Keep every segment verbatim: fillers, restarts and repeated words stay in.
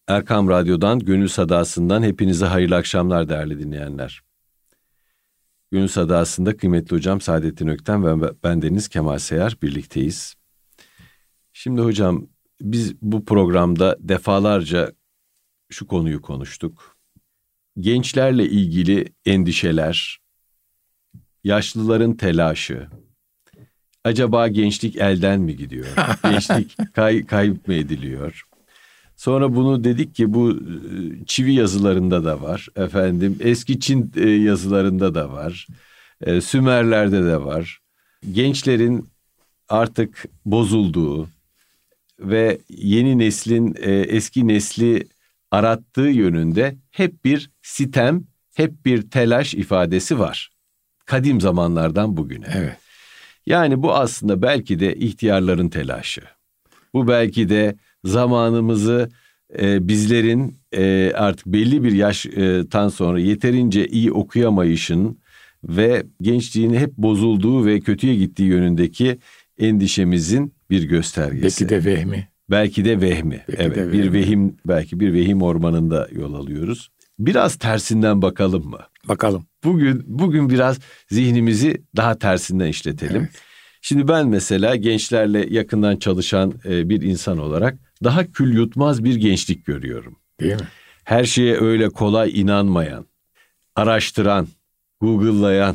Erkam Radyo'dan, Gönül Sadası'ndan hepinize hayırlı akşamlar değerli dinleyenler. Gönül Sadası'nda kıymetli hocam Saadettin Ökten ve bendeniz Kemal Seyar birlikteyiz. Şimdi hocam biz bu programda defalarca şu konuyu konuştuk. Gençlerle ilgili endişeler, yaşlıların telaşı, acaba gençlik elden mi gidiyor? Gençlik kay, kayıp mı ediliyor? Sonra bunu dedik ki bu çivi yazılarında da var. Efendim eski Çin yazılarında da var. Sümerlerde de var. Gençlerin artık bozulduğu ve yeni neslin eski nesli arattığı yönünde hep bir sitem, hep bir telaş ifadesi var. Kadim zamanlardan bugüne. Evet. Yani bu aslında belki de ihtiyarların telaşı. Bu belki de zamanımızı e, bizlerin e, artık belli bir yaştan sonra yeterince iyi okuyamayışın ve gençliğin hep bozulduğu ve kötüye gittiği yönündeki endişemizin bir göstergesi. Belki de vehmi. Belki de vehmi. Belki evet, de bir vehmi. vehim, belki bir vehim ormanında yol alıyoruz. Biraz tersinden bakalım mı? Bakalım. Bugün bugün biraz zihnimizi daha tersinden işletelim. Evet. Şimdi ben mesela gençlerle yakından çalışan bir insan olarak daha kül yutmaz bir gençlik görüyorum. Değil mi? Her şeye öyle kolay inanmayan, araştıran, Google'layan,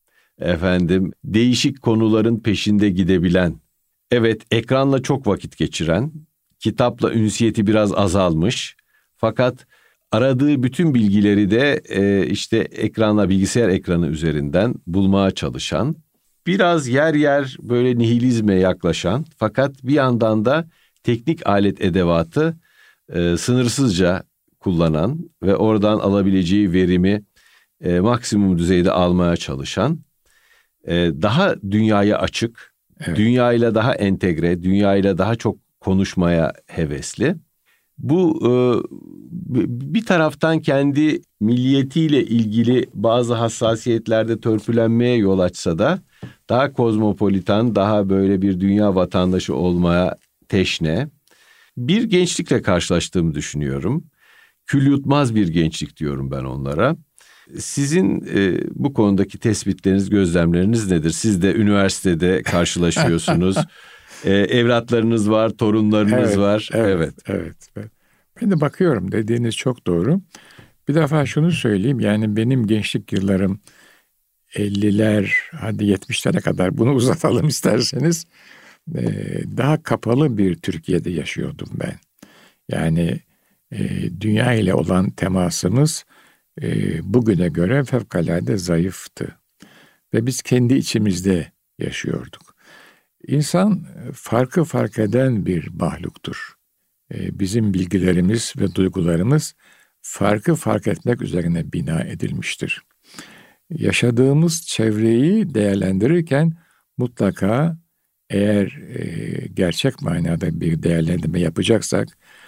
efendim değişik konuların peşinde gidebilen, evet ekranla çok vakit geçiren, kitapla ünsiyeti biraz azalmış fakat aradığı bütün bilgileri de e, işte ekranla, bilgisayar ekranı üzerinden bulmaya çalışan, biraz yer yer böyle nihilizme yaklaşan fakat bir yandan da teknik alet edevatı e, sınırsızca kullanan ve oradan alabileceği verimi e, maksimum düzeyde almaya çalışan, e, daha dünyaya açık, Evet. dünyayla daha entegre, dünyayla daha çok konuşmaya hevesli. Bu e, bir taraftan kendi milliyetiyle ilgili bazı hassasiyetlerde törpülenmeye yol açsa da daha kozmopolitan, daha böyle bir dünya vatandaşı olmaya teşne bir gençlikle karşılaştığımı düşünüyorum. Kül yutmaz bir gençlik diyorum ben onlara. Sizin e, bu konudaki tespitleriniz, gözlemleriniz nedir? Siz de üniversitede karşılaşıyorsunuz. e, evlatlarınız var, torunlarınız Evet, var. Evet, evet. evet, evet. Ben de bakıyorum, dediğiniz çok doğru. Bir defa şunu söyleyeyim, yani benim gençlik yıllarım elliler, hadi yetmişlere kadar, bunu uzatalım isterseniz. Ee, daha kapalı bir Türkiye'de yaşıyordum ben. Yani e, dünya ile olan temasımız e, bugüne göre fevkalade zayıftı. Ve biz kendi içimizde yaşıyorduk. İnsan farkı fark eden bir mahluktur. E, bizim bilgilerimiz ve duygularımız farkı fark etmek üzerine bina edilmiştir. Yaşadığımız çevreyi değerlendirirken mutlaka eğer e, gerçek manada bir değerlendirme yapacaksak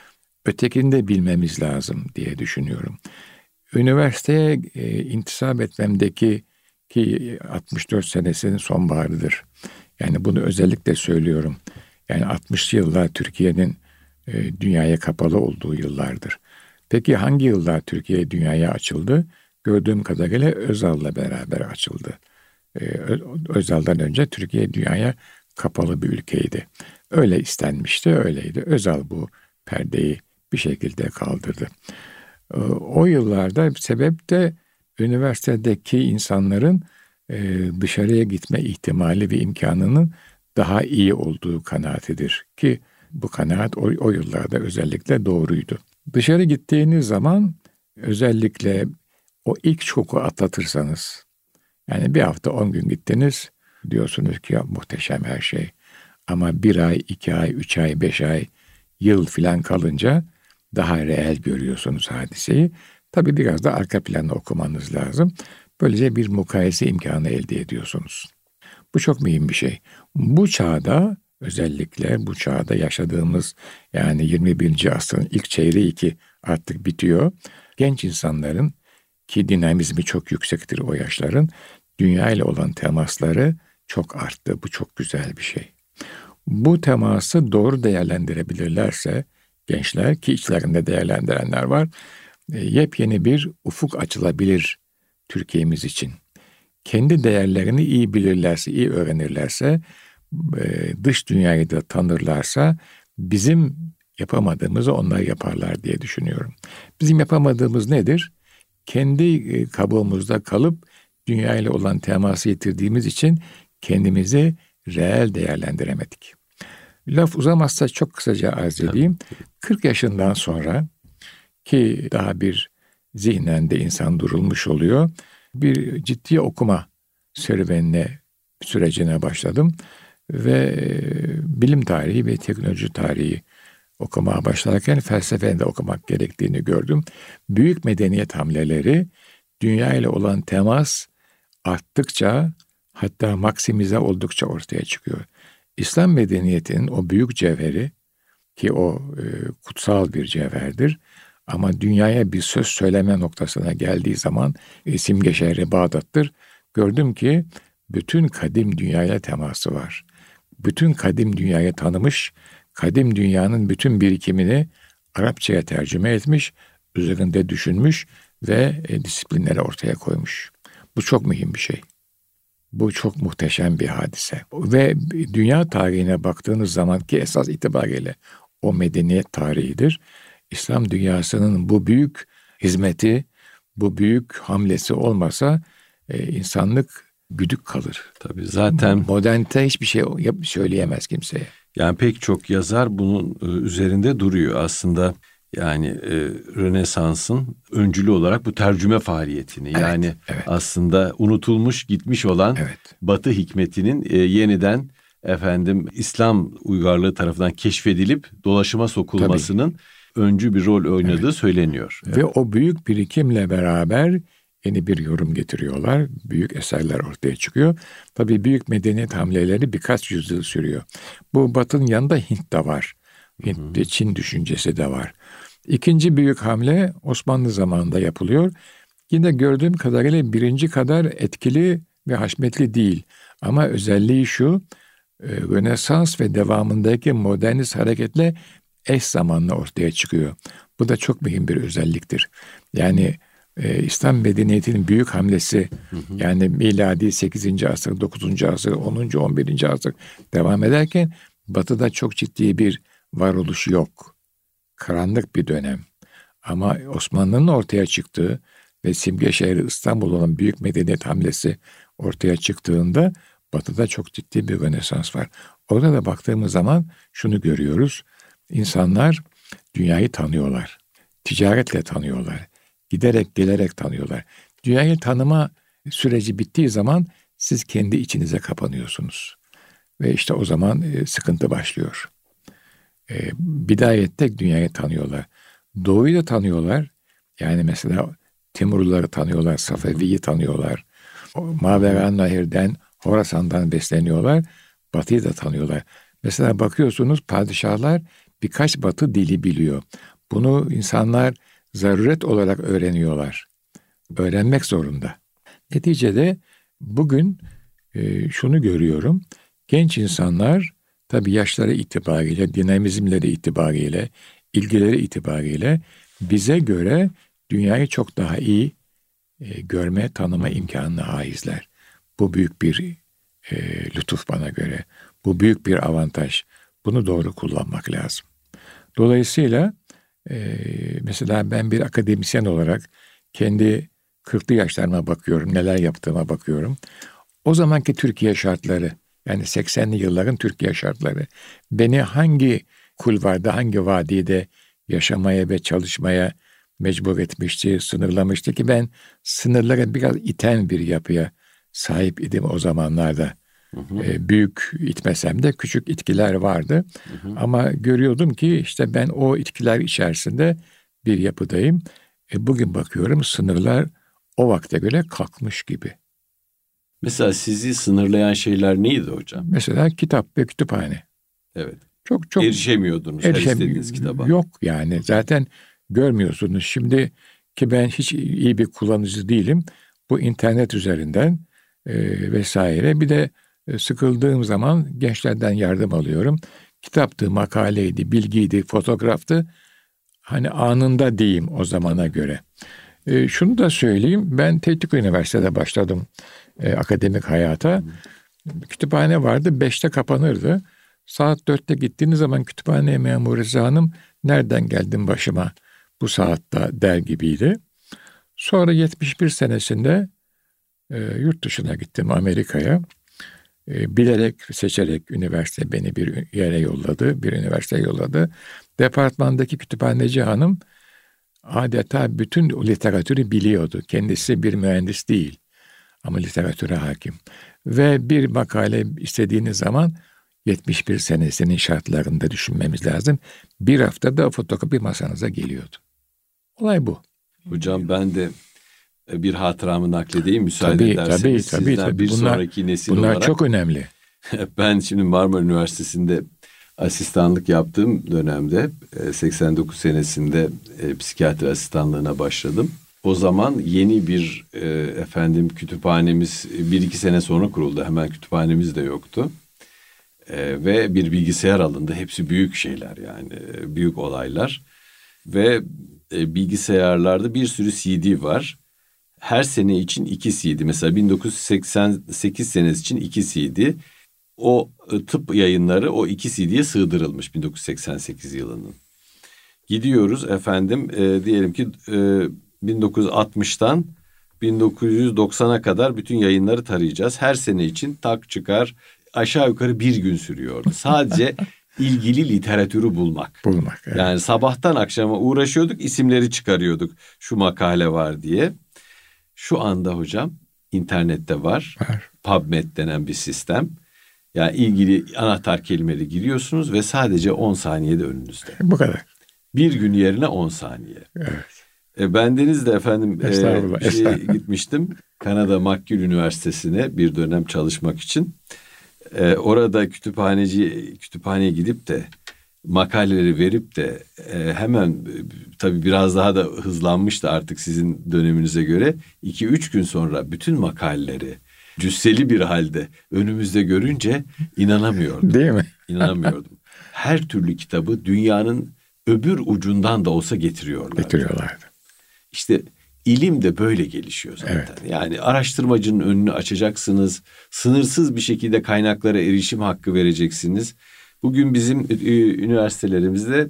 ötekini de bilmemiz lazım diye düşünüyorum. Üniversiteye e, intisap etmemdeki ki altmış dört senesinin sonbaharıdır. Yani bunu özellikle söylüyorum. Yani altmışlı yıllar Türkiye'nin e, dünyaya kapalı olduğu yıllardır. Peki hangi yıllar Türkiye dünyaya açıldı? Gördüğüm kadarıyla Özal'la beraber açıldı. E, Özal'dan önce Türkiye dünyaya kapalı bir ülkeydi. Öyle istenmişti, öyleydi. Özal bu perdeyi bir şekilde kaldırdı. E, o yıllarda sebep de üniversitedeki insanların e, dışarıya gitme ihtimali ve imkanının daha iyi olduğu kanaatidir ki bu kanaat o, o yıllarda özellikle doğruydu. Dışarı gittiğiniz zaman özellikle o ilk şoku atlatırsanız, yani bir hafta on gün gittiniz, diyorsunuz ki ya muhteşem her şey. Ama bir ay, iki ay, üç ay, beş ay, yıl filan kalınca daha reel görüyorsunuz hadiseyi. Tabii biraz da arka planı okumanız lazım. Böylece bir mukayese imkanı elde ediyorsunuz. Bu çok mühim bir şey. Bu çağda, özellikle bu çağda yaşadığımız, yani yirmi birinci asrın ilk çeyreği ki artık bitiyor, genç insanların ki dinamizmi çok yüksektir o yaşların, dünya ile olan temasları çok arttı. Bu çok güzel bir şey. Bu teması doğru değerlendirebilirlerse, gençler ki içlerinde değerlendirenler var. E, yepyeni bir ufuk açılabilir Türkiye'miz için. Kendi değerlerini iyi bilirlerse, iyi öğrenirlerse, e, dış dünyayı da tanırlarsa bizim yapamadığımızı onlar yaparlar diye düşünüyorum. Bizim yapamadığımız nedir? Kendi kabuğumuzda kalıp dünya ile olan teması yitirdiğimiz için kendimizi reel değerlendiremedik. Laf uzamazsa çok kısaca arz edeyim. kırk yaşından sonra ki daha bir zihnen de insan durulmuş oluyor. Bir ciddi okuma serüvenine, sürecine başladım. Ve bilim tarihi ve teknoloji tarihi okumaya başlarken felsefeyi de okumak gerektiğini gördüm. Büyük medeniyet hamleleri, dünya ile olan temas arttıkça, hatta maksimize oldukça ortaya çıkıyor. İslam medeniyetinin o büyük cevheri, ki o e, kutsal bir cevherdir, ama dünyaya bir söz söyleme noktasına geldiği zaman e, simge şehri Bağdat'tır. Gördüm ki bütün kadim dünyaya teması var. Bütün kadim dünyayı tanımış, kadim dünyanın bütün birikimini Arapçaya tercüme etmiş, üzerinde düşünmüş ve e, disiplinleri ortaya koymuş. Bu çok mühim bir şey. Bu çok muhteşem bir hadise. Ve dünya tarihine baktığınız zaman ki esas itibariyle o medeniyet tarihidir. İslam dünyasının bu büyük hizmeti, bu büyük hamlesi olmasa e, insanlık güdük kalır. Tabii zaten modernite hiçbir şey söyleyemez kimseye. Yani pek çok yazar bunun üzerinde duruyor. Aslında yani e, Rönesans'ın öncülü olarak bu tercüme faaliyetini, evet, yani evet. aslında unutulmuş gitmiş olan evet. Batı hikmetinin e, yeniden efendim İslam uygarlığı tarafından keşfedilip dolaşıma sokulmasının Tabii. öncü bir rol oynadığı evet. söyleniyor. Ve evet. o büyük birikimle beraber yeni bir yorum getiriyorlar. Büyük eserler ortaya çıkıyor. Tabii büyük medeniyet hamleleri birkaç yüzyıl sürüyor. Bu Batı'nın yanında Hint de var. Hint ve Çin düşüncesi de var. İkinci büyük hamle Osmanlı zamanında yapılıyor. Yine gördüğüm kadarıyla birinci kadar etkili ve haşmetli değil. Ama özelliği şu, Rönesans ve devamındaki modernist hareketle eş zamanlı ortaya çıkıyor. Bu da çok mühim bir özelliktir. Yani e, İslam medeniyetinin büyük hamlesi, hı hı. yani miladi sekizinci asır, dokuzuncu asır, onuncu on birinci asır devam ederken Batı'da çok ciddi bir varoluş yok. Karanlık bir dönem. Ama Osmanlı'nın ortaya çıktığı ve simge şehri İstanbul olan büyük medeniyet hamlesi ortaya çıktığında Batı'da çok ciddi bir Rönesans var. Orada da baktığımız zaman şunu görüyoruz. İnsanlar dünyayı tanıyorlar. Ticaretle tanıyorlar. Giderek gelerek tanıyorlar. Dünyayı tanıma süreci bittiği zaman siz kendi içinize kapanıyorsunuz. Ve işte o zaman sıkıntı başlıyor. E, bidayette dünyayı tanıyorlar. Doğuyu da tanıyorlar. Yani mesela Timurluları tanıyorlar, Safevi'yi tanıyorlar. Mavera Nehir'den, Horasan'dan besleniyorlar. Batı'yı da tanıyorlar. Mesela bakıyorsunuz padişahlar birkaç Batı dili biliyor. Bunu insanlar zaruret olarak öğreniyorlar. Öğrenmek zorunda. Neticede bugün e, şunu görüyorum. Genç insanlar tabii yaşları itibariyle, dinamizmleri itibariyle, ilgileri itibariyle bize göre dünyayı çok daha iyi e, görme, tanıma imkanına haizler. Bu büyük bir e, lütuf bana göre. Bu büyük bir avantaj. Bunu doğru kullanmak lazım. Dolayısıyla e, mesela ben bir akademisyen olarak kendi kırklı yaşlarıma bakıyorum, neler yaptığıma bakıyorum. O zamanki Türkiye şartları, yani seksenli yılların Türkiye şartları beni hangi kulvarda, hangi vadide yaşamaya ve çalışmaya mecbur etmişti, sınırlamıştı ki ben sınırlara biraz iten bir yapıya sahip idim o zamanlarda. Hı hı. E, büyük itmesem de küçük itkiler vardı. Hı hı. Ama görüyordum ki işte ben o itkiler içerisinde bir yapıdayım. E, bugün bakıyorum sınırlar o vakte göre kalkmış gibi. Mesela sizi sınırlayan şeyler neydi hocam? Mesela kitap ve kütüphane. Evet. Çok çok erişemiyordunuz erişem, her istediğiniz kitaba. Yok yani zaten görmüyorsunuz. Şimdi ki ben hiç iyi bir kullanıcı değilim. Bu internet üzerinden e, vesaire. Bir de e, sıkıldığım zaman gençlerden yardım alıyorum. kitaptı, makaleydi, bilgiydi, fotoğraftı. Hani anında diyeyim o zamana göre. E, şunu da söyleyeyim, ben Teknik Üniversitede başladım e, akademik hayata. Kütüphane vardı, beşte kapanırdı. Saat dörtte gittiğiniz zaman kütüphane memuru hanım, nereden geldin başıma bu saatte der gibiydi. Sonra yetmiş bir senesinde e, yurt dışına gittim, Amerika'ya. E, bilerek, seçerek üniversite beni bir yere yolladı, bir üniversiteye yolladı. Departmandaki kütüphaneci hanım adeta bütün literatürü biliyordu. Kendisi bir mühendis değil ama literatüre hakim. Ve bir makale istediğiniz zaman yetmiş bir senesinin şartlarında düşünmemiz lazım. Bir haftada fotokopi masanıza geliyordu. Olay bu. Hocam ben de bir hatıramı nakledeyim müsaade tabii, ederseniz. Tabii, Sizden tabii, tabii. bir Bunlar, sonraki nesil bunlar olarak. Bunlar çok önemli. Ben şimdi Marmara Üniversitesi'nde asistanlık yaptığım dönemde seksen dokuz senesinde e, psikiyatri asistanlığına başladım. O zaman yeni bir e, efendim kütüphanemiz bir iki sene sonra kuruldu. Hemen kütüphanemiz de yoktu. E, ve bir bilgisayar alındı. Hepsi büyük şeyler yani e, büyük olaylar. Ve e, bilgisayarlarda bir sürü C D var. Her sene için iki C D. Mesela bin dokuz yüz seksen sekiz senesi için iki C D. O tıp yayınları o iki C D'ye sığdırılmış bin dokuz yüz seksen sekiz yılının. Gidiyoruz efendim e, diyelim ki e, bin dokuz yüz altmıştan bin dokuz yüz doksana kadar bütün yayınları tarayacağız. Her sene için tak çıkar aşağı yukarı bir gün sürüyordu. Sadece ilgili literatürü bulmak. Bulmak. Evet. Yani sabahtan akşama uğraşıyorduk, isimleri çıkarıyorduk. Şu makale var diye. Şu anda hocam internette var. Var. PubMed denen bir sistem. Yani ilgili anahtar kelimeleri giriyorsunuz ve sadece on saniyede önünüzde. Bu kadar. Bir gün yerine on saniye. Evet. E, bendeniz de efendim Estağfurullah, e, şey estağfurullah. gitmiştim. Kanada McGill Üniversitesi'ne bir dönem çalışmak için. E, orada kütüphaneci kütüphaneye gidip de makaleleri verip de e, hemen e, tabii biraz daha da hızlanmıştı artık sizin döneminize göre. iki üç gün sonra bütün makaleleri cüsseli bir halde önümüzde görünce inanamıyordum. Değil mi? İnanamıyordum. Her türlü kitabı dünyanın öbür ucundan da olsa getiriyorlardı. Getiriyorlardı. İşte ilim de böyle gelişiyor zaten. Evet. Yani araştırmacının önünü açacaksınız. Sınırsız bir şekilde kaynaklara erişim hakkı vereceksiniz. Bugün bizim üniversitelerimizde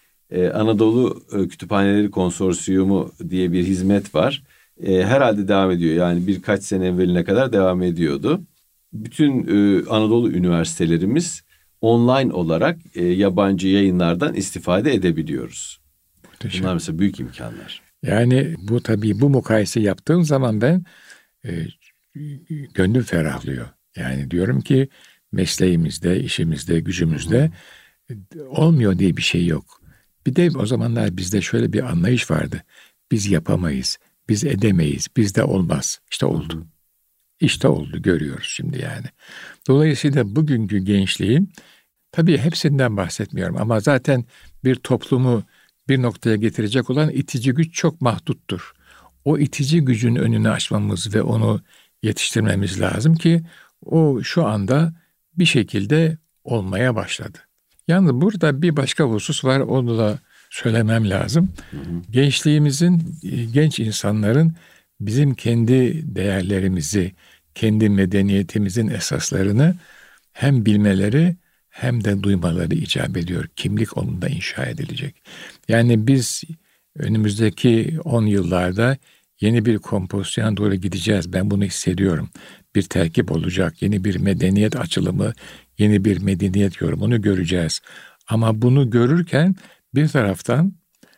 Anadolu Kütüphaneleri Konsorsiyumu diye bir hizmet var. Herhalde devam ediyor. Yani birkaç sene evveline kadar devam ediyordu. Bütün Anadolu üniversitelerimiz online olarak yabancı yayınlardan istifade edebiliyoruz. Muhteşem. Bunlar mesela büyük imkanlar. Yani bu tabii bu mukayese yaptığım zaman ben e, gönlüm ferahlıyor. Yani diyorum ki mesleğimizde, işimizde, gücümüzde e, olmuyor diye bir şey yok. Bir de o zamanlar bizde şöyle bir anlayış vardı. Biz yapamayız, biz edemeyiz, bizde olmaz. İşte oldu. İşte oldu, görüyoruz şimdi yani. Dolayısıyla bugünkü gençliğin, tabii hepsinden bahsetmiyorum ama zaten bir toplumu bir noktaya getirecek olan itici güç çok mahduttur. O itici gücün önünü açmamız ve onu yetiştirmemiz lazım ki o şu anda bir şekilde olmaya başladı. Yalnız burada bir başka husus var, onu da söylemem lazım. Hı hı. Gençliğimizin, genç insanların bizim kendi değerlerimizi, kendi medeniyetimizin esaslarını hem bilmeleri hem de duymaları icap ediyor. Kimlik onunla inşa edilecek. Yani biz önümüzdeki on yıllarda yeni bir kompozisyona doğru gideceğiz. Ben bunu hissediyorum. Bir terkip olacak, yeni bir medeniyet açılımı, yeni bir medeniyet yorumunu göreceğiz. Ama bunu görürken bir taraftan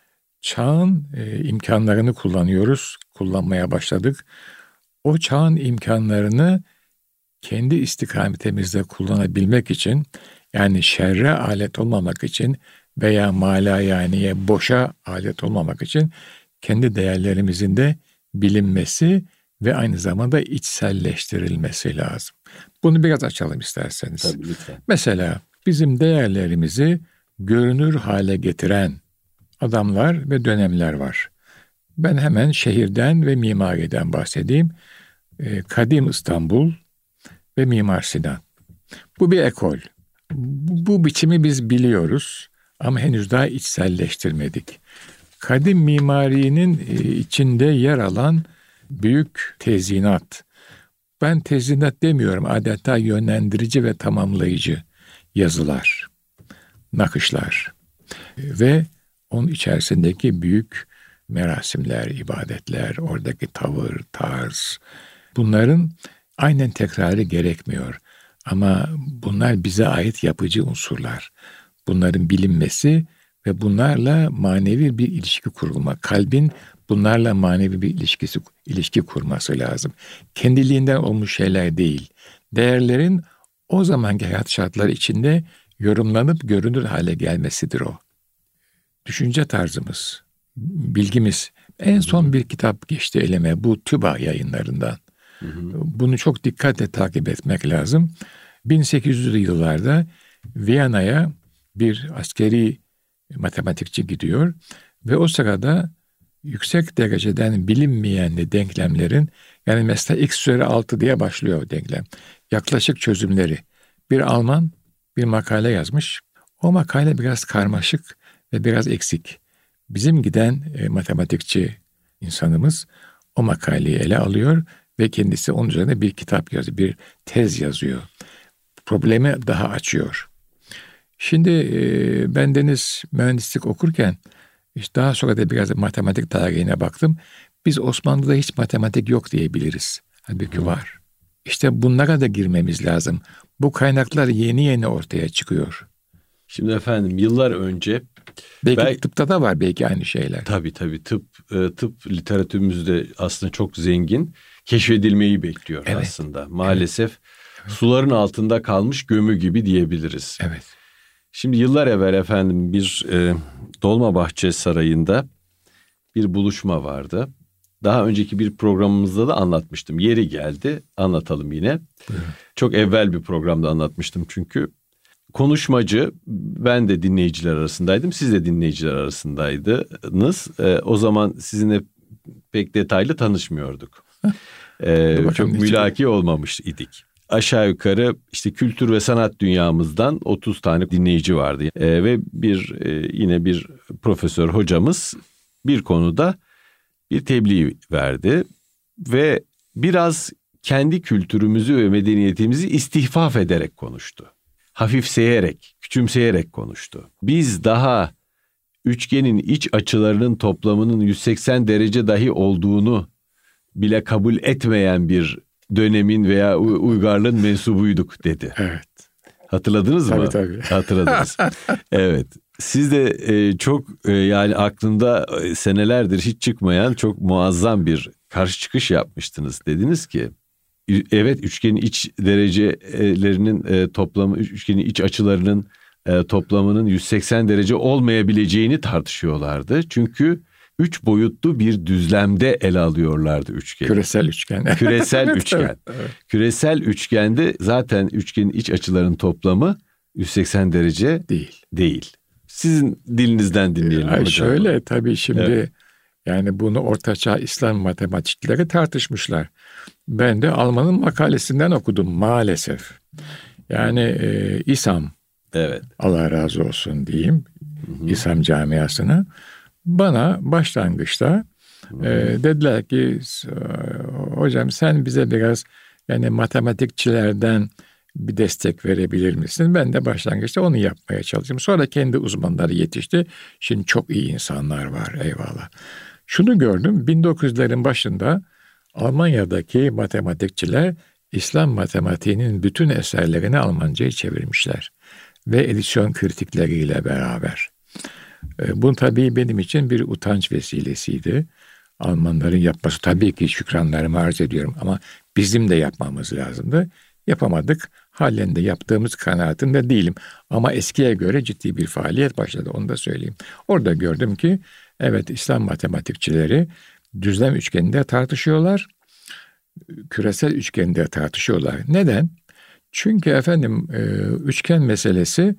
çağın e, imkanlarını kullanıyoruz, kullanmaya başladık. O çağın imkanlarını kendi istikametimizde kullanabilmek için, yani şerre alet olmamak için veya malayaniye, boşa alet olmamak için kendi değerlerimizin de bilinmesi ve aynı zamanda içselleştirilmesi lazım. Bunu biraz açalım isterseniz. Tabii, lütfen. Mesela bizim değerlerimizi görünür hale getiren adamlar ve dönemler var. Ben hemen şehirden ve mimariden bahsedeyim. Kadim İstanbul ve Mimar Sinan. Bu bir ekol. Bu, bu biçimi biz biliyoruz ama henüz daha içselleştirmedik. Kadim mimarinin içinde yer alan büyük tezyinat, ben tezyinat demiyorum, adeta yönlendirici ve tamamlayıcı yazılar, nakışlar ve onun içerisindeki büyük merasimler, ibadetler, oradaki tavır, tarz, bunların aynen tekrarı gerekmiyor. Ama bunlar bize ait yapıcı unsurlar. Bunların bilinmesi ve bunlarla manevi bir ilişki kurulma. Kalbin bunlarla manevi bir ilişkisi, ilişki kurması lazım. Kendiliğinden olmuş şeyler değil. Değerlerin o zamanki hayat şartları içinde yorumlanıp görünür hale gelmesidir o. Düşünce tarzımız, bilgimiz. En son bir kitap geçti elime, bu TÜBA yayınlarından. Hı hı. Bunu çok dikkatle takip etmek lazım. bin sekiz yüzlü yıllarda Viyana'ya bir askeri matematikçi gidiyor ve o sırada yüksek dereceden bilinmeyen denklemlerin, yani mesela x üzeri altı diye başlıyor o denklem, yaklaşık çözümleri. Bir Alman bir makale yazmış. O makale biraz karmaşık ve biraz eksik. Bizim giden e, matematikçi insanımız o makaleyi ele alıyor ve kendisi onun üzerine bir kitap yazıyor, bir tez yazıyor. Problemi daha açıyor. Şimdi e, ben deniz mühendislik okurken işte daha sonra da biraz matematik tarihine baktım. Biz Osmanlı'da hiç matematik yok diyebiliriz. Halbuki hmm. var. İşte bunlara da girmemiz lazım. Bu kaynaklar yeni yeni ortaya çıkıyor. Şimdi efendim yıllar önce belki ben, tıpta da var belki aynı şeyler. Tabii tabii tıp tıp literatürümüzde aslında çok zengin, keşfedilmeyi bekliyor evet. aslında. Maalesef evet. suların altında kalmış gömü gibi diyebiliriz. Evet. Şimdi yıllar evvel efendim bir e, Dolmabahçe Sarayı'nda bir buluşma vardı. Daha önceki bir programımızda da anlatmıştım. Yeri geldi, anlatalım yine. Buyurun. Çok evvel bir programda anlatmıştım çünkü. Konuşmacı, ben de dinleyiciler arasındaydım, siz de dinleyiciler arasındaydınız. E, o zaman sizinle pek detaylı tanışmıyorduk. E, çok mülaki olmamış idik. Aşağı yukarı işte kültür ve sanat dünyamızdan otuz tane dinleyici vardı. E, ve bir e, yine bir profesör hocamız bir konuda bir tebliğ verdi. Ve biraz kendi kültürümüzü ve medeniyetimizi istihfaf ederek konuştu. Hafifseyerek, küçümseyerek konuştu. Biz daha üçgenin iç açılarının toplamının yüz seksen derece dahi olduğunu bile kabul etmeyen bir dönemin veya uygarlığın mensubuyduk dedi. Evet. Hatırladınız tabii, mı? Tabii tabii. Hatırladınız. Evet. Siz de e, çok e, yani aklımda e, senelerdir hiç çıkmayan çok muazzam bir karşı çıkış yapmıştınız. Dediniz ki evet, üçgenin iç derecelerinin e, toplamı, üçgenin iç açılarının e, toplamının yüz seksen derece olmayabileceğini tartışıyorlardı. Çünkü üç boyutlu bir düzlemde ele alıyorlardı üçgeni. Küresel üçgen. Küresel üçgen. Evet. Küresel üçgende zaten üçgenin iç açılarının toplamı yüz seksen derece değil. Değil. Sizin dilinizden dinleyelim Ay hocam. Şöyle tabii şimdi evet. yani bunu Ortaçağ İslam matematikçileri tartışmışlar. Ben de Alman'ın makalesinden okudum maalesef. Yani e, İSAM, evet. Allah razı olsun diyeyim, hı hı. İSAM camiasına bana başlangıçta e, dediler ki hocam sen bize biraz yani matematikçilerden bir destek verebilir misin? Ben de başlangıçta onu yapmaya çalıştım. Sonra kendi uzmanları yetişti. Şimdi çok iyi insanlar var, eyvallah. Şunu gördüm, bin dokuz yüzlerin başında Almanya'daki matematikçiler İslam matematiğinin bütün eserlerini Almanca'ya çevirmişler. Ve edisyon kritikleriyle beraber. Bu tabii benim için bir utanç vesilesiydi. Almanların yapması, tabii ki şükranlarımı arz ediyorum ama bizim de yapmamız lazımdı. Yapamadık. Halen de yaptığımız kanaatinde değilim. Ama eskiye göre ciddi bir faaliyet başladı. Onu da söyleyeyim. Orada gördüm ki evet, İslam matematikçileri düzlem üçgeninde tartışıyorlar. Küresel üçgeninde tartışıyorlar. Neden? Çünkü efendim üçgen meselesi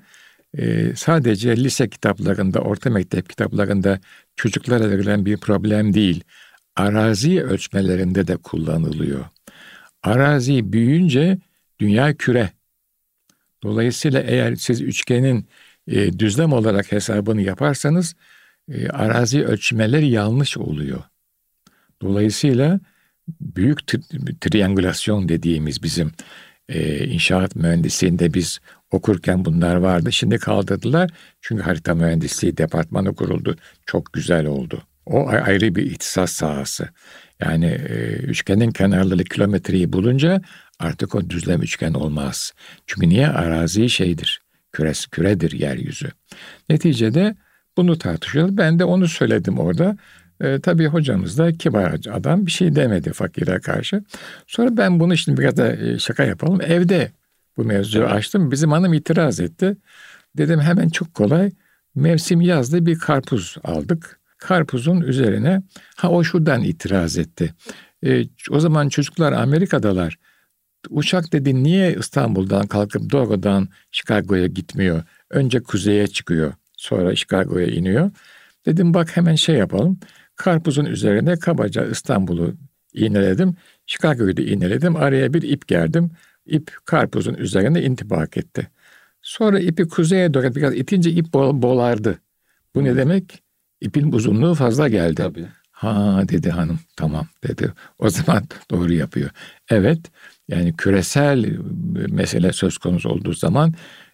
sadece lise kitaplarında, orta mektep kitaplarında çocuklara verilen bir problem değil. Arazi ölçmelerinde de kullanılıyor. Arazi büyüyünce dünya küre. Dolayısıyla eğer siz üçgenin e, düzlem olarak hesabını yaparsanız e, arazi ölçmeleri yanlış oluyor. Dolayısıyla büyük tri- triangülasyon dediğimiz bizim e, inşaat mühendisliğinde biz okurken bunlar vardı. Şimdi kaldırdılar çünkü harita mühendisliği departmanı kuruldu. Çok güzel oldu. O ayrı bir ihtisas sahası. Yani e, üçgenin kenarları kilometreyi bulunca artık o düzlem üçgen olmaz. Çünkü niye? Arazi şeydir, küresi, küredir yeryüzü. Neticede bunu tartışıyoruz. Ben de onu söyledim orada. E, tabii hocamız da kibar adam bir şey demedi fakire karşı. Sonra ben bunu şimdi biraz da e, şaka yapalım. Evde bu mevzuyu evet. açtım. Bizim hanım itiraz etti. Dedim hemen çok kolay. Mevsim yazdı bir karpuz aldık. Karpuzun üzerine ha o şuradan itiraz etti. E, o zaman çocuklar Amerika'dalar. Uçak dedi niye İstanbul'dan kalkıp doğrudan Chicago'ya gitmiyor? Önce kuzeye çıkıyor. Sonra Chicago'ya iniyor. Dedim bak hemen şey yapalım. Karpuzun üzerine kabaca İstanbul'u iğneledim. Chicago'yu da iğneledim. Araya bir ip gerdim. İp karpuzun üzerine intibak etti. Sonra ipi kuzeye doğru biraz itince ip bol, bolardı. Bu ne demek? İpin uzunluğu fazla geldi. Tabii. Ha dedi hanım tamam dedi. O zaman doğru yapıyor. Evet yani küresel mesele söz konusu olduğu zaman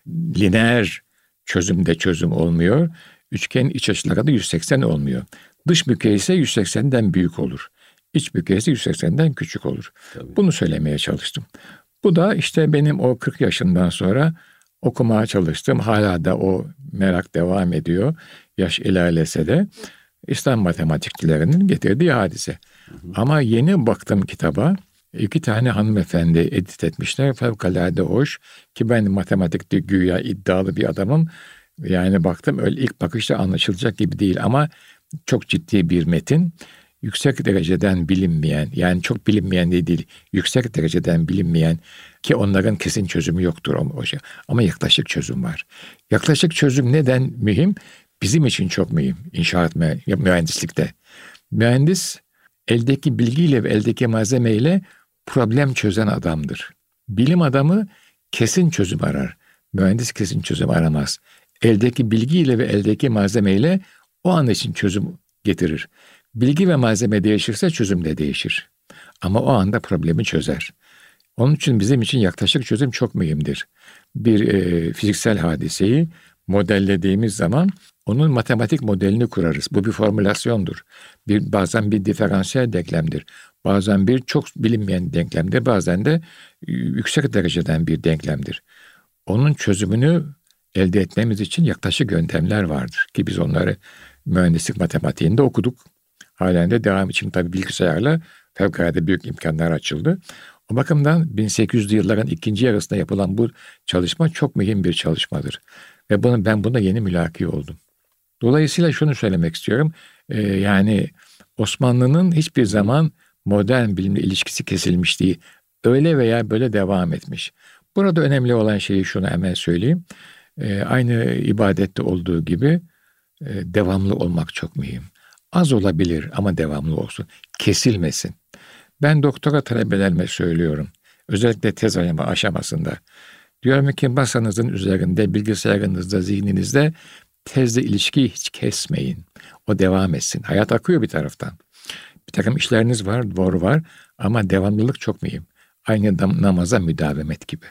lineer çözümde çözüm olmuyor. Üçgenin iç açıları da yüz seksen olmuyor. Dış bükey ise yüz seksenden büyük olur. İç bükey ise yüz seksenden küçük olur. Tabii. Bunu söylemeye çalıştım. Bu da işte benim o kırk yaşından sonra okumaya çalıştım. Hala da o merak devam ediyor. Yaş ilerlese de İslam matematikçilerinin getirdiği hadise. Hı hı. Ama yeni baktım kitaba. İki tane hanımefendi edit etmişler. Fevkalade hoş. Ki ben matematikte güya iddialı bir adamım. Yani baktım öyle ilk bakışta anlaşılacak gibi değil ama çok ciddi bir metin. Yüksek dereceden bilinmeyen, yani çok bilinmeyen de değil, yüksek dereceden bilinmeyen ki onların kesin çözümü yoktur o şey. Ama yaklaşık çözüm var. Yaklaşık çözüm neden mühim? Bizim için çok mühim inşaat mühendislikte. Mühendis eldeki bilgiyle ve eldeki malzemeyle problem çözen adamdır. Bilim adamı kesin çözüm arar. Mühendis kesin çözüm aramaz. Eldeki bilgiyle ve eldeki malzemeyle o an için çözüm getirir. Bilgi ve malzeme değişirse çözüm de değişir. Ama o anda problemi çözer. Onun için bizim için yaklaşık çözüm çok mühimdir. Bir e, fiziksel hadiseyi modellediğimiz zaman onun matematik modelini kurarız. Bu bir formülasyondur. Bir, bazen bir diferansiyel denklemdir. Bazen bir çok bilinmeyen denklemdir. Bazen de yüksek dereceden bir denklemdir. Onun çözümünü elde etmemiz için yaklaşık yöntemler vardır. Ki biz onları mühendislik matematiğinde okuduk. Halen de devam için tabii bilgisayarla fevkalade büyük imkanlar açıldı. O bakımdan bin sekiz yüzlü yılların ikinci yarısında yapılan bu çalışma çok mühim bir çalışmadır. Ve bunu, ben buna yeni mülaki oldum. Dolayısıyla şunu söylemek istiyorum. Ee, yani Osmanlı'nın hiçbir zaman modern bilimle ilişkisi kesilmiş değil. Öyle veya böyle devam etmiş. Burada önemli olan şeyi şunu hemen söyleyeyim. Ee, aynı ibadette olduğu gibi e, devamlı olmak çok mühim. Az olabilir ama devamlı olsun. Kesilmesin. Ben doktora talebelerime söylüyorum. Özellikle tez aşamasında. Diyorum ki masanızın üzerinde, bilgisayarınızda, zihninizde tezle ilişkiyi hiç kesmeyin. O devam etsin. Hayat akıyor bir taraftan. Bir takım işleriniz var, doğru var ama devamlılık çok mühim. Aynı namaza müdavemet gibi.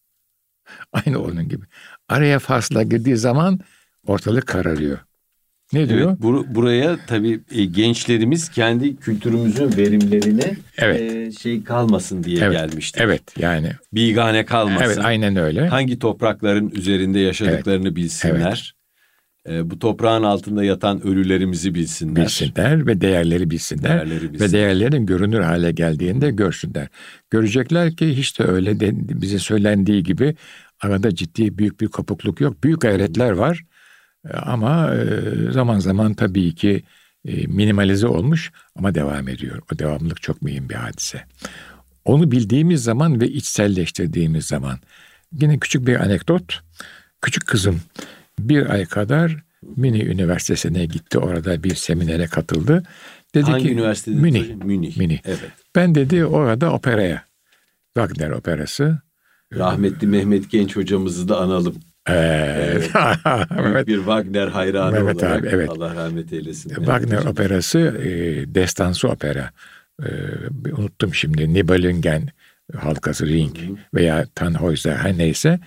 Aynı onun gibi. Araya fasla girdiği zaman ortalık kararıyor. Ne diyor? Evet, bur- buraya tabii e, gençlerimiz kendi kültürümüzün verimlerine evet. e, şey kalmasın diye evet. gelmiştir. Evet yani. Bigane kalmasın. Evet aynen öyle. Hangi toprakların üzerinde yaşadıklarını evet. bilsinler. Evet. E, bu toprağın altında yatan ölülerimizi bilsinler. Bilsinler ve değerleri bilsinler. Değerleri bilsinler. Ve değerlerin görünür hale geldiğinde görsünler. Görecekler ki hiç de öyle de, bize söylendiği gibi arada ciddi büyük bir kopukluk yok. Büyük gayretler var. Ama zaman zaman tabii ki minimalize olmuş ama devam ediyor. O devamlılık çok mühim bir hadise. Onu bildiğimiz zaman ve içselleştirdiğimiz zaman. Yine küçük bir anekdot. Küçük kızım bir ay kadar Münih Üniversitesi'ne gitti. Orada bir seminere katıldı. Dedi Hangi ki, üniversitede? Münih. Münih. Münih. Evet. Ben dedi orada operaya, Wagner operası Rahmetli Mehmet Genç hocamızı da analım. Evet. Büyük bir Wagner hayranı Mehmet olarak. Abi, evet. Allah rahmet eylesin. Wagner Mehmet operası e, destansı opera. E, unuttum şimdi. Nibelungen halkası Ring hı hı. veya Tannhäuser her neyse.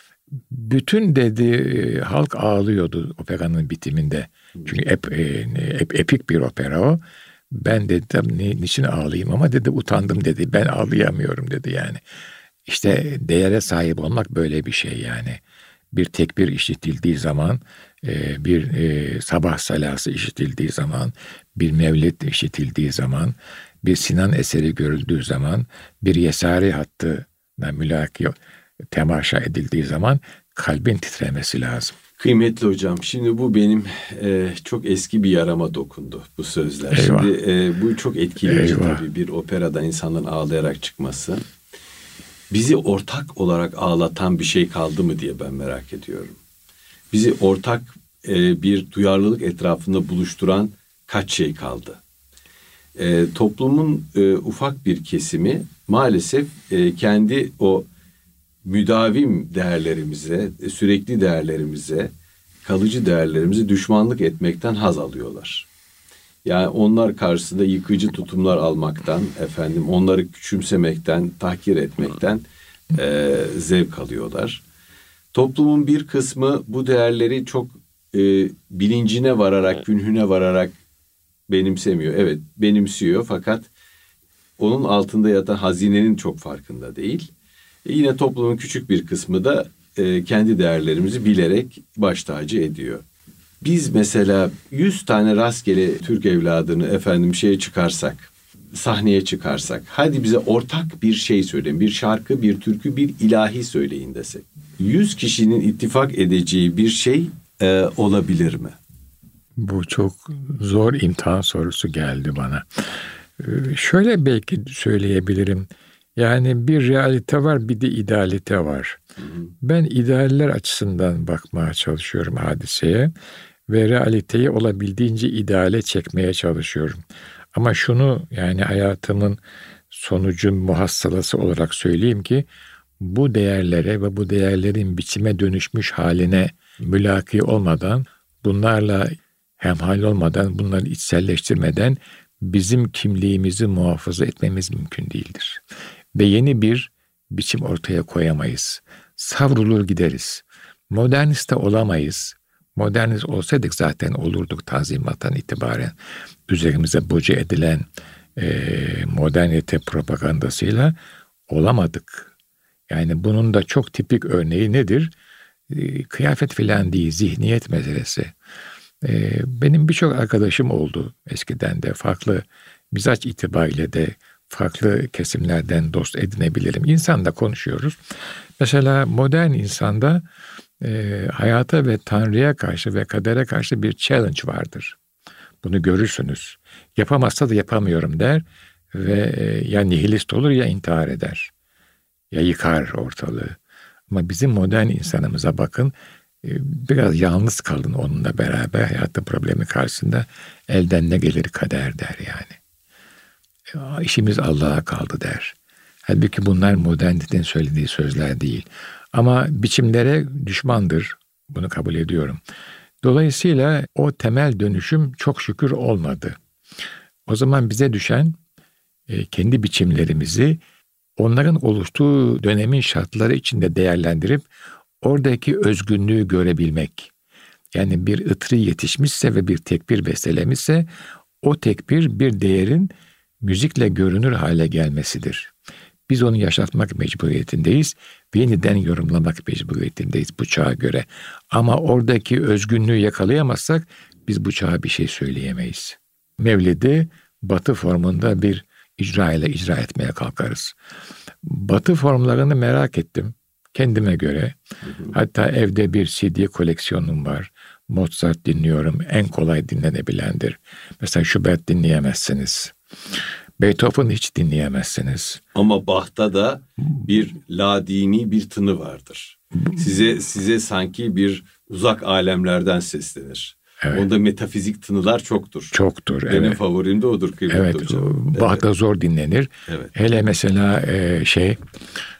Bütün dedi halk ağlıyordu operanın bitiminde. Hı. Çünkü ep, e, ep, epik bir opera o. Ben dedim ni, niçin ağlayayım ama dedi utandım dedi. Ben ağlayamıyorum dedi yani. İşte değere sahip olmak böyle bir şey yani. Bir tekbir işitildiği zaman, bir sabah salası işitildiği zaman, bir mevlid işitildiği zaman, bir Sinan eseri görüldüğü zaman, bir Yesari hattına mülaki temaşa edildiği zaman kalbin titremesi lazım. Kıymetli hocam, şimdi bu benim e, çok eski bir yarama dokundu bu sözler. Eyvah. Şimdi e, bu çok etkileyici Eyvah. tabii bir operadan insanların ağlayarak çıkması. Bizi ortak olarak ağlatan bir şey kaldı mı diye ben merak ediyorum. Bizi ortak e, bir duyarlılık etrafında buluşturan kaç şey kaldı? E, toplumun e, ufak bir kesimi maalesef e, kendi o müdavim değerlerimize, sürekli değerlerimize, kalıcı değerlerimize düşmanlık etmekten haz alıyorlar. Yani onlar karşısında yıkıcı tutumlar almaktan, efendim onları küçümsemekten, tahkir etmekten e, zevk alıyorlar. Toplumun bir kısmı bu değerleri çok e, bilincine vararak, günhüne vararak benimsemiyor. Evet, benimsiyor fakat onun altında yatan hazinenin çok farkında değil. E, yine toplumun küçük bir kısmı da e, kendi değerlerimizi bilerek baş tacı ediyor. Biz mesela yüz tane rastgele Türk evladını efendim şeye çıkarsak, sahneye çıkarsak, hadi bize ortak bir şey söyleyin, bir şarkı, bir türkü, bir ilahi söyleyin desek. Yüz kişinin ittifak edeceği bir şey e, olabilir mi? Bu çok zor imtihan sorusu geldi bana. Ee, şöyle belki söyleyebilirim. Yani bir realite var, bir de idealite var. Hı hı. Ben idealler açısından bakmaya çalışıyorum hadiseye ve realiteyi olabildiğince ideale çekmeye çalışıyorum. Ama şunu yani hayatımın sonucu muhassalası olarak söyleyeyim ki bu değerlere ve bu değerlerin biçime dönüşmüş haline mülaki olmadan, bunlarla hemhal olmadan, bunları içselleştirmeden bizim kimliğimizi muhafaza etmemiz mümkün değildir. Ve yeni bir biçim ortaya koyamayız. Savrulur gideriz. Modernist de olamayız. Modernist olsaydık zaten olurduk Tanzimat'tan itibaren. Üzerimize boca edilen e, modernite propagandasıyla olamadık. Yani bunun da çok tipik örneği nedir? E, kıyafet filan değil, zihniyet meselesi. E, benim birçok arkadaşım oldu eskiden de, farklı mizaç itibariyle de farklı kesimlerden dost edinebilirim. İnsanla konuşuyoruz. Mesela modern insanda e, hayata ve Tanrı'ya karşı ve kadere karşı bir challenge vardır. Bunu görürsünüz. Yapamazsa da yapamıyorum der ve e, ya nihilist olur ya intihar eder. Ya yıkar ortalığı. Ama bizim modern insanımıza bakın, e, biraz yalnız kalın onunla beraber hayatın problemi karşısında, elden ne gelir kader der yani. Ya, işimiz Allah'a kaldı der. Halbuki bunlar modernitenin söylediği sözler değil. Ama biçimlere düşmandır. Bunu kabul ediyorum. Dolayısıyla o temel dönüşüm çok şükür olmadı. O zaman bize düşen e, kendi biçimlerimizi onların oluştuğu dönemin şartları içinde değerlendirip oradaki özgünlüğü görebilmek. Yani bir ıtrı yetişmişse ve bir tekbir bestelemişse o tekbir bir değerin müzikle görünür hale gelmesidir. Biz onu yaşatmak mecburiyetindeyiz ve yeniden yorumlamak mecburiyetindeyiz bu çağa göre. Ama oradaki özgünlüğü yakalayamazsak biz bu çağa bir şey söyleyemeyiz. Mevlid'i Batı formunda bir icra ile icra etmeye kalkarız. Batı formlarını merak ettim kendime göre. Hatta evde bir C D koleksiyonum var. Mozart dinliyorum. En kolay dinlenebilendir. Mesela Schubert dinleyemezsiniz. Beethoven hiç dinleyemezsiniz. Ama Bach'ta da bir ladini bir tını vardır. Size size sanki bir uzak alemlerden seslenir. Evet. Onda metafizik tınılar çoktur. Çoktur. Benim evet. favorim de odur kıymetli evet, hocam. Bach'ta evet. zor dinlenir. Evet. Hele mesela e, şey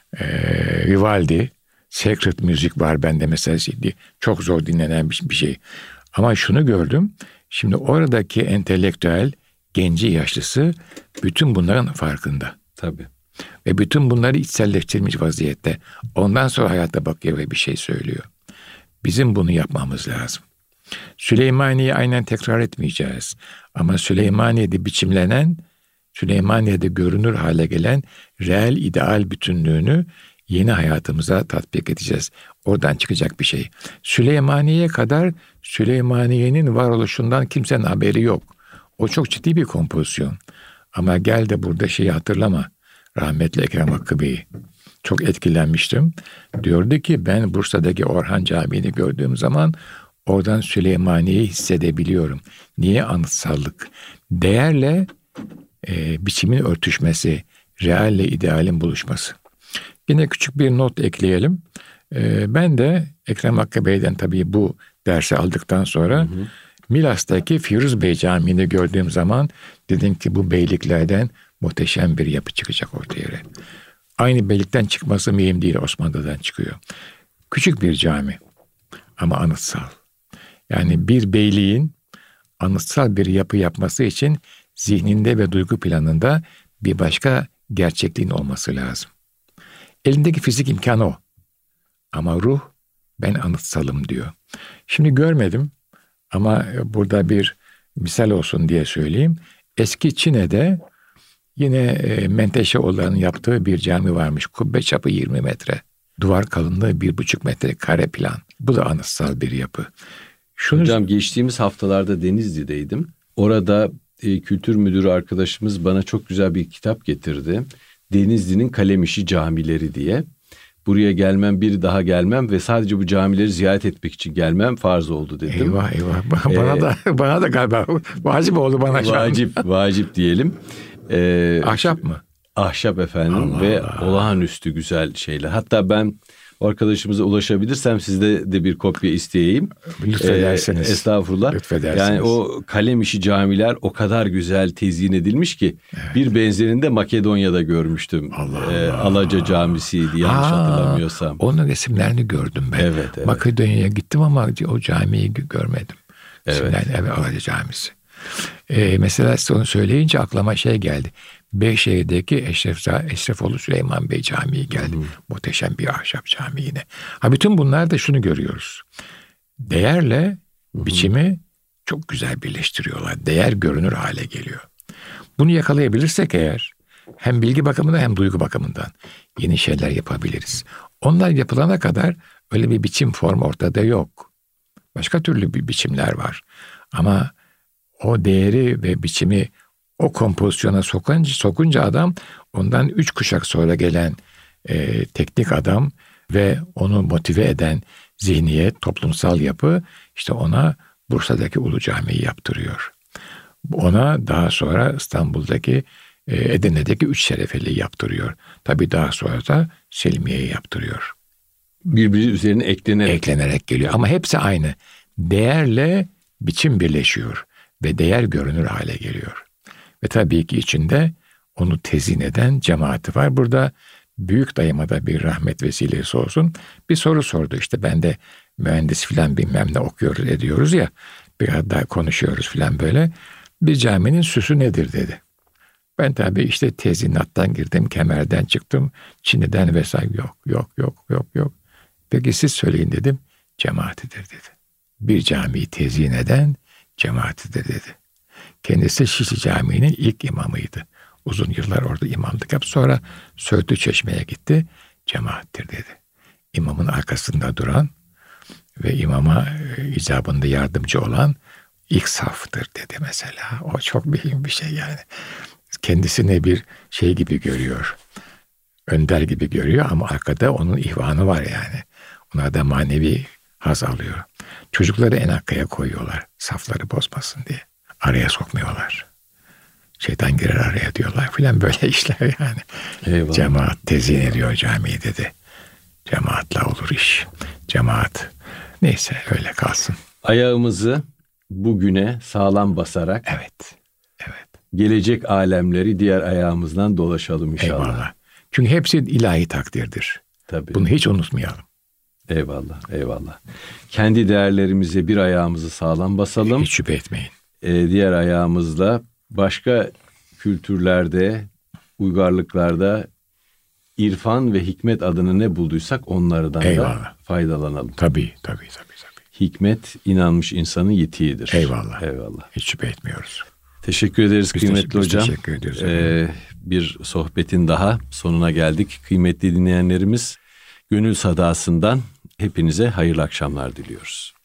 Ee, Vivaldi, Sacred müzik var bende mesela. Çok zor dinlenen bir şey. Ama şunu gördüm. Şimdi oradaki entelektüel, genci yaşlısı bütün bunların farkında. Tabii. Ve bütün bunları içselleştirmiş vaziyette. Ondan sonra hayata bakıyor ve bir şey söylüyor. Bizim bunu yapmamız lazım. Süleymaniye'yi aynen tekrar etmeyeceğiz. Ama Süleymaniye'de biçimlenen, Süleymaniye'de görünür hale gelen reel ideal bütünlüğünü yeni hayatımıza tatbik edeceğiz. Oradan çıkacak bir şey. Süleymaniye'ye kadar Süleymaniye'nin varoluşundan kimsenin haberi yok. O çok ciddi bir kompozisyon. Ama gel de burada şeyi hatırlama. Rahmetli Ekrem Hakkı Bey'i. Çok etkilenmiştim. Diyordu ki ben Bursa'daki Orhan Camii'ni gördüğüm zaman oradan Süleymaniye'yi hissedebiliyorum. Niye? Anıtsallık. Değerle e, biçimin örtüşmesi, realle idealin buluşması. Yine küçük bir not ekleyelim. E, ben de Ekrem Hakkı Bey'den tabii bu dersi aldıktan sonra hı hı. Milas'taki Firuz Bey Camii'ni gördüğüm zaman dedim ki bu beyliklerden muhteşem bir yapı çıkacak ortaya. Aynı beylikten çıkması mühim değil, Osmanlı'dan çıkıyor. Küçük bir cami ama anıtsal. Yani bir beyliğin anıtsal bir yapı yapması için zihninde ve duygu planında bir başka gerçekliğin olması lazım. Elindeki fizik imkanı o. Ama ruh ben anıtsalım diyor. Şimdi görmedim ama burada bir misal olsun diye söyleyeyim. Eski Çin'de yine e, Menteşeoğulları'nın yaptığı bir cami varmış. Kubbe çapı yirmi metre. Duvar kalınlığı bir buçuk metre kare plan. Bu da anıtsal bir yapı. Şunu... Hocam geçtiğimiz haftalarda Denizli'deydim. Orada e, kültür müdürü arkadaşımız bana çok güzel bir kitap getirdi. Denizli'nin Kalemişi Camileri diye. Buraya gelmem, bir daha gelmem ve sadece bu camileri ziyaret etmek için gelmem farz oldu dedim. Eyvah eyvah. Bana ee, da bana da galiba vacip oldu bana. Vacip, vacip diyelim. Ee, Ahşap mı? Ahşap efendim Allah ve Allah. Olağanüstü güzel şeyler. Hatta ben o arkadaşımıza ulaşabilirsem sizde de bir kopya isteyeyim. Lütfedersiniz. Ee, estağfurullah. Lütfedersiniz. Yani o Kalemişi camiler o kadar güzel tezyin edilmiş ki evet. Bir benzerini de Makedonya'da görmüştüm. Allah ee, Allah. Alaca Camisi'ydi yanlış ha, hatırlamıyorsam. Onun resimlerini gördüm ben. Evet, evet. Makedonya'ya gittim ama o camiyi görmedim. Evet. Evet, Alaca Camisi. Ee, mesela size onu söyleyince aklıma şey geldi. Beyşehir'deki Eşref, Eşrefoğlu Süleyman Bey Camii geldi. Hı hı. Muhteşem bir ahşap cami yine. Ha, bütün bunlar da şunu görüyoruz. Değerle hı hı. biçimi çok güzel birleştiriyorlar. Değer görünür hale geliyor. Bunu yakalayabilirsek eğer hem bilgi bakımından hem duygu bakımından yeni şeyler yapabiliriz. Onlar yapılana kadar öyle bir biçim form ortada yok. Başka türlü bir biçimler var. Ama o değeri ve biçimi o kompozisyona sokunca, sokunca adam ondan üç kuşak sonra gelen e, teknik adam ve onu motive eden zihniyet, toplumsal yapı işte ona Bursa'daki Ulu Cami'yi yaptırıyor. Ona daha sonra İstanbul'daki e, Edirne'deki Üç Şerefeli'yi yaptırıyor. Tabii daha sonra da Selimiye'yi yaptırıyor. Birbiri üzerine eklenerek. Eklenerek geliyor ama hepsi aynı. Değerle biçim birleşiyor ve değer görünür hale geliyor. Ve tabii ki içinde onu tezin eden cemaati var. Burada büyük dayıma da bir rahmet vesilesi olsun. Bir soru sordu işte, ben de mühendis filan bilmem ne okuyoruz ediyoruz ya. Biraz daha konuşuyoruz filan böyle. Bir caminin süsü nedir dedi. Ben tabii işte tezinattan girdim, kemerden çıktım. Çin'den vesaire yok yok yok yok yok. Peki siz söyleyin dedim. Cemaatidir dedi. Bir camiyi tezyin eden cemaatidir dedi. Kendisi Şişli Camii'nin ilk imamıydı. Uzun yıllar orada imamlık yaptı. Sonra Söğütlü Çeşme'ye gitti. Cemaattir dedi. İmamın arkasında duran ve imama icabında yardımcı olan ilk saftır dedi mesela. O çok mühim bir şey yani. Kendisini bir şey gibi görüyor. Önder gibi görüyor ama arkada onun ihvanı var yani. Onlar da manevi haz alıyor. Çocukları en arkaya koyuyorlar. Safları bozmasın diye. Araya sokmuyorlar. Şeytan girer araya diyorlar filan, böyle işler yani. Eyvallah. Cemaat tezyin ediyor camiyi dedi. Cemaatla olur iş. Cemaat. Neyse öyle kalsın. Ayağımızı bugüne sağlam basarak. Evet. Evet. Gelecek alemleri diğer ayağımızdan dolaşalım inşallah. Eyvallah. Çünkü hepsi ilahi takdirdir. Tabii. Bunu hiç unutmayalım. Eyvallah, eyvallah. Kendi değerlerimize bir ayağımızı sağlam basalım. Hiç şüphe etmeyin. Ee, diğer ayağımızla başka kültürlerde, uygarlıklarda irfan ve hikmet adını ne bulduysak onlardan Eyvallah. da faydalanalım. Tabii, tabii, tabii, tabii. Hikmet inanmış insanın yitiğidir. Eyvallah. Eyvallah. Hiç şüphe etmiyoruz. Teşekkür ederiz Biz kıymetli teşekkür, hocam. Biz teşekkür ediyoruz. Ee, bir sohbetin daha sonuna geldik. Kıymetli dinleyenlerimiz, Gönül Sadası'ndan hepinize hayırlı akşamlar diliyoruz.